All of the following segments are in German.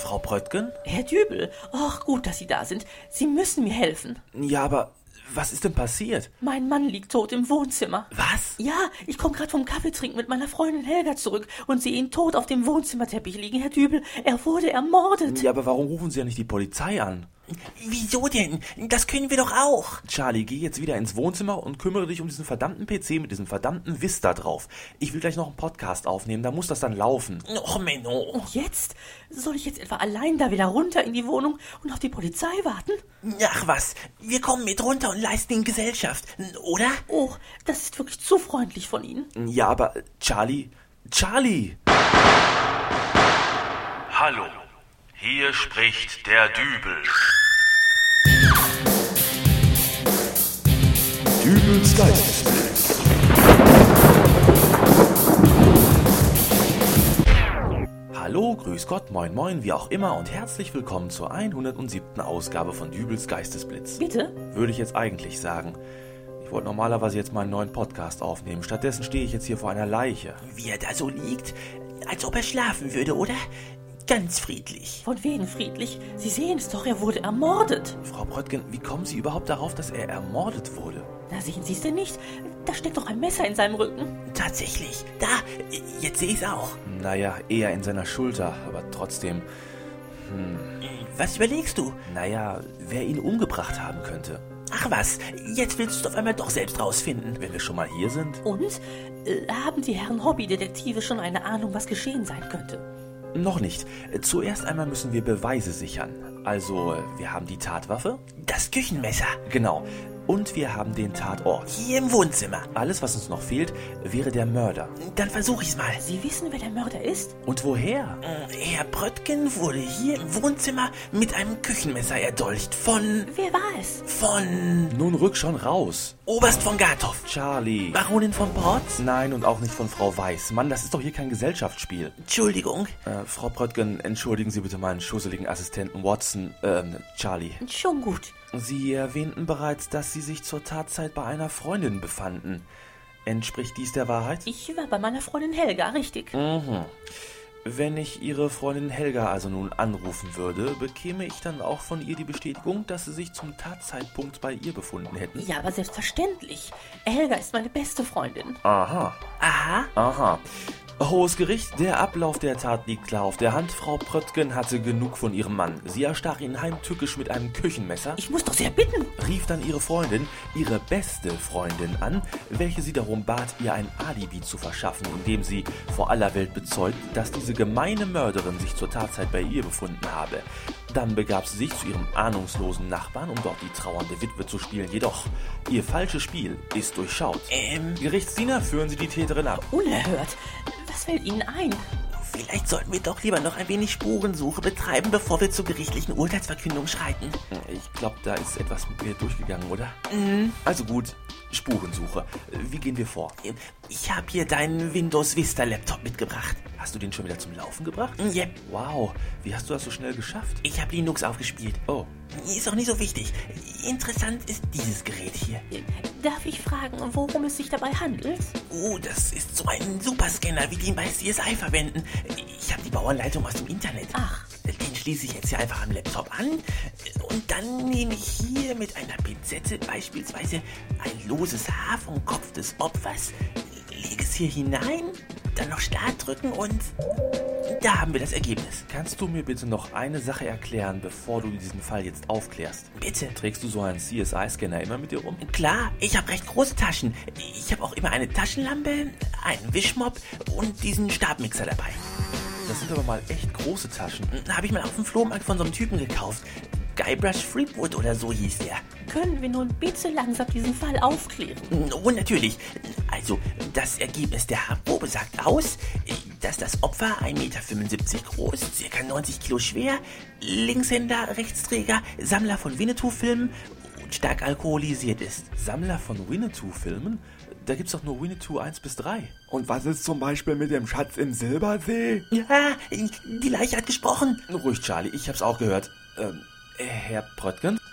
Frau Pröttgen? Herr Dübel, ach gut, dass Sie da sind. Sie müssen mir helfen. Ja, aber was ist denn passiert? Mein Mann liegt tot im Wohnzimmer. Was? Ja, ich komme gerade vom Kaffeetrinken mit meiner Freundin Helga zurück und sehe ihn tot auf dem Wohnzimmerteppich liegen, Herr Dübel. Er wurde ermordet. Ja, aber warum rufen Sie ja nicht die Polizei an? Wieso denn? Das können wir doch auch. Charlie, geh jetzt wieder ins Wohnzimmer und kümmere dich um diesen verdammten PC mit diesem verdammten Vista drauf. Ich will gleich noch einen Podcast aufnehmen, da muss das dann laufen. Och, Menno. Und jetzt? Soll ich jetzt etwa allein da wieder runter in die Wohnung und auf die Polizei warten? Ach was, wir kommen mit runter und leisten Ihnen Gesellschaft, oder? Oh, das ist wirklich zu freundlich von Ihnen. Ja, aber Charlie! Hallo, hier spricht der Dübel. Dübels Geistesblitz. Hallo, grüß Gott, moin moin, wie auch immer und herzlich willkommen zur 107. Ausgabe von Dübels Geistesblitz. Bitte? Würde ich jetzt eigentlich sagen. Ich wollte normalerweise jetzt meinen neuen Podcast aufnehmen. Stattdessen stehe ich jetzt hier vor einer Leiche. Wie er da so liegt, als ob er schlafen würde, oder? Ganz friedlich. Von wegen friedlich. Sie sehen es doch, er wurde ermordet. Frau Pröttgen, wie kommen Sie überhaupt darauf, dass er ermordet wurde? Na, sehen Sie es denn nicht? Da steckt doch ein Messer in seinem Rücken. Tatsächlich. Da, jetzt sehe ich es auch. Naja, eher in seiner Schulter, aber trotzdem. Was überlegst du? Naja, wer ihn umgebracht haben könnte. Ach was, jetzt willst du es auf einmal doch selbst rausfinden. Wenn wir schon mal hier sind. Und? Haben die Herren Hobbydetektive schon eine Ahnung, was geschehen sein könnte? Noch nicht. Zuerst einmal müssen wir Beweise sichern. Also, wir haben die Tatwaffe. Das Küchenmesser. Genau. Und wir haben den Tatort. Hier im Wohnzimmer. Alles, was uns noch fehlt, wäre der Mörder. Dann versuche ich es mal. Sie wissen, wer der Mörder ist? Und woher? Herr Pröttgen wurde hier im Wohnzimmer mit einem Küchenmesser erdolcht von... Wer war es? Von... Nun rück schon raus. Oberst von Gardhoff. Charlie. Baronin von Porz? Nein, und auch nicht von Frau Weiß. Mann, das ist doch hier kein Gesellschaftsspiel. Entschuldigung. Frau Pröttgen, entschuldigen Sie bitte meinen schusseligen Assistenten Watson, Charlie. Schon gut. Sie erwähnten bereits, dass Sie sich zur Tatzeit bei einer Freundin befanden. Entspricht dies der Wahrheit? Ich war bei meiner Freundin Helga, richtig. Wenn ich Ihre Freundin Helga also nun anrufen würde, bekäme ich dann auch von ihr die Bestätigung, dass Sie sich zum Tatzeitpunkt bei ihr befunden hätten? Ja, aber selbstverständlich. Helga ist meine beste Freundin. Aha. Aha. Hohes Gericht, der Ablauf der Tat liegt klar auf der Hand. Frau Pröttgen hatte genug von ihrem Mann. Sie erstach ihn heimtückisch mit einem Küchenmesser, Ich muss doch sehr bitten. rief dann ihre Freundin, ihre beste Freundin an, welche sie darum bat, ihr ein Alibi zu verschaffen, indem sie vor aller Welt bezeugt, dass diese gemeine Mörderin sich zur Tatzeit bei ihr befunden habe. Dann begab sie sich zu ihrem ahnungslosen Nachbarn, um dort die trauernde Witwe zu spielen. Jedoch, ihr falsches Spiel ist durchschaut. Gerichtsdiener, führen Sie die Täterin ab. Unerhört. Was fällt Ihnen ein? Vielleicht sollten wir doch lieber noch ein wenig Spurensuche betreiben, bevor wir zur gerichtlichen Urteilsverkündung schreiten. Ich glaube, da ist etwas mit mir durchgegangen, oder? Also gut, Spurensuche. Wie gehen wir vor? Ich habe hier deinen Windows Vista Laptop mitgebracht. Hast du den schon wieder zum Laufen gebracht? Yep. Wow, wie hast du das so schnell geschafft? Ich habe Linux aufgespielt. Oh, Ist auch nicht so wichtig. Interessant ist dieses Gerät hier. Darf ich fragen, worum es sich dabei handelt? Das ist so ein Superscanner, wie die ihn bei CSI verwenden. Ich habe die Bauanleitung aus dem Internet. Ach. Den schließe ich jetzt hier einfach am Laptop an. Und dann nehme ich hier mit einer Pinzette beispielsweise ein loses Haar vom Kopf des Opfers, lege es hier hinein, dann noch Start drücken und da haben wir das Ergebnis. kannst du mir bitte noch eine Sache erklären, bevor du diesen Fall jetzt aufklärst? Bitte. Trägst du so einen CSI-Scanner immer mit dir rum? Klar, ich habe recht große Taschen. Ich habe auch immer eine Taschenlampe, einen Wischmopp und diesen Stabmixer dabei. Das sind aber mal echt große Taschen. Habe ich mal auf dem Flohmarkt von so einem Typen gekauft. Guybrush Threepwood oder so hieß der. Können wir nun bitte langsam diesen Fall aufklären? Oh, natürlich. Also, das Ergebnis der Haarprobe sagt aus, dass das Opfer 1,75 Meter groß, ca. 90 Kilo schwer, Linkshänder, Rechtsträger, Sammler von Winnetou-Filmen und stark alkoholisiert ist. Sammler von Winnetou-Filmen? Da gibt's doch nur Winnetou 1 bis 3. Und was ist zum Beispiel mit dem Schatz im Silbersee? Ja, die Leiche hat gesprochen. Ruhig, Charlie, ich hab's auch gehört. Herr Pröttgen?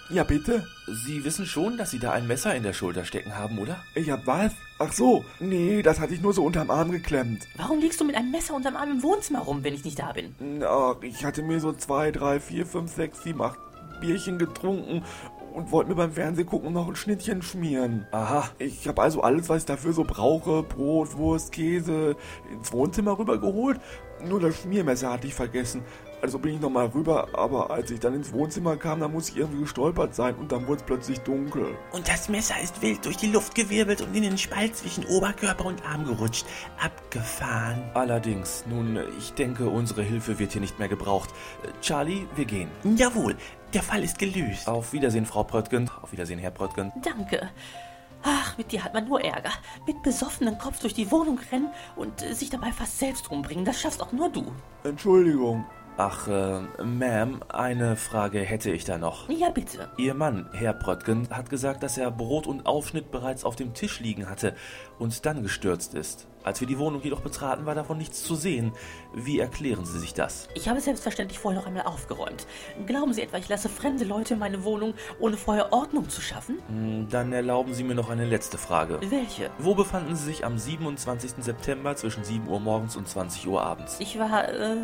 Ja, bitte? Sie wissen schon, dass Sie da ein Messer in der Schulter stecken haben, oder? Ich hab was? Ach so, nee, das hatte ich nur so unterm Arm geklemmt. Warum liegst du mit einem Messer unterm Arm im Wohnzimmer rum, wenn ich nicht da bin? Ach, ich hatte mir so 2, 3, 4, 5, 6, 7, 8 Bierchen getrunken und wollte mir beim Fernsehgucken noch ein Schnittchen schmieren. Aha. Ich habe also alles, was ich dafür so brauche, Brot, Wurst, Käse, ins Wohnzimmer rübergeholt. Nur das Schmiermesser hatte ich vergessen. Also bin ich nochmal rüber, aber als ich dann ins Wohnzimmer kam, da muss ich irgendwie gestolpert sein und dann wurde es plötzlich dunkel. Und das Messer ist wild durch die Luft gewirbelt und in den Spalt zwischen Oberkörper und Arm gerutscht. Abgefahren. Allerdings, nun, ich denke, unsere Hilfe wird hier nicht mehr gebraucht. Charlie, wir gehen. Jawohl, der Fall ist gelöst. Auf Wiedersehen, Frau Pröttgen. Auf Wiedersehen, Herr Pröttgen. Danke. Ach, mit dir hat man nur Ärger. Mit besoffenem Kopf durch die Wohnung rennen und sich dabei fast selbst umbringen, das schaffst auch nur du. Entschuldigung. Ach, Ma'am, eine Frage hätte ich da noch. Ja, bitte. Ihr Mann, Herr Pröttgen, hat gesagt, dass er Brot und Aufschnitt bereits auf dem Tisch liegen hatte und dann gestürzt ist. Als wir die Wohnung jedoch betraten, war davon nichts zu sehen. Wie erklären Sie sich das? Ich habe selbstverständlich vorher noch einmal aufgeräumt. Glauben Sie etwa, ich lasse fremde Leute in meine Wohnung, ohne vorher Ordnung zu schaffen? Dann erlauben Sie mir noch eine letzte Frage. Welche? Wo befanden Sie sich am 27. September zwischen 7 Uhr morgens und 20 Uhr abends? Ich war,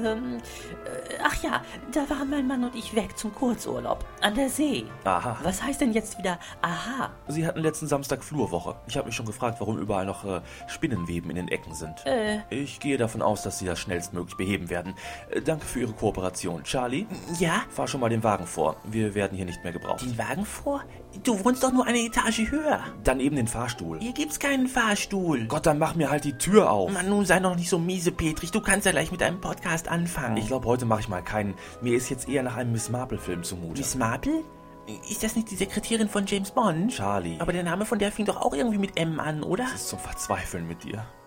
ach ja, da waren mein Mann und ich weg zum Kurzurlaub. An der See. Aha. Was heißt denn jetzt wieder aha? Sie hatten letzten Samstag Flurwoche. Ich habe mich schon gefragt, warum überall noch Spinnenweben in den Ecken sind. Ich gehe davon aus, dass Sie das schnellstmöglich beheben werden. Danke für Ihre Kooperation. Charlie? Ja? Fahr schon mal den Wagen vor. Wir werden hier nicht mehr gebraucht. Den Wagen vor? Du wohnst doch nur eine Etage höher. Dann eben den Fahrstuhl. Hier gibt's keinen Fahrstuhl. Gott, dann mach mir halt die Tür auf. Mann, nun sei doch nicht so miese, Petrich. Du kannst ja gleich mit deinem Podcast anfangen. Ich glaube, heute mache ich mal keinen. Mir ist jetzt eher nach einem Miss Marple-Film zumute. Miss Marple? Ist das nicht die Sekretärin von James Bond? Charlie. Aber der Name von der fing doch auch irgendwie mit M an, oder? Das ist zum Verzweifeln mit dir.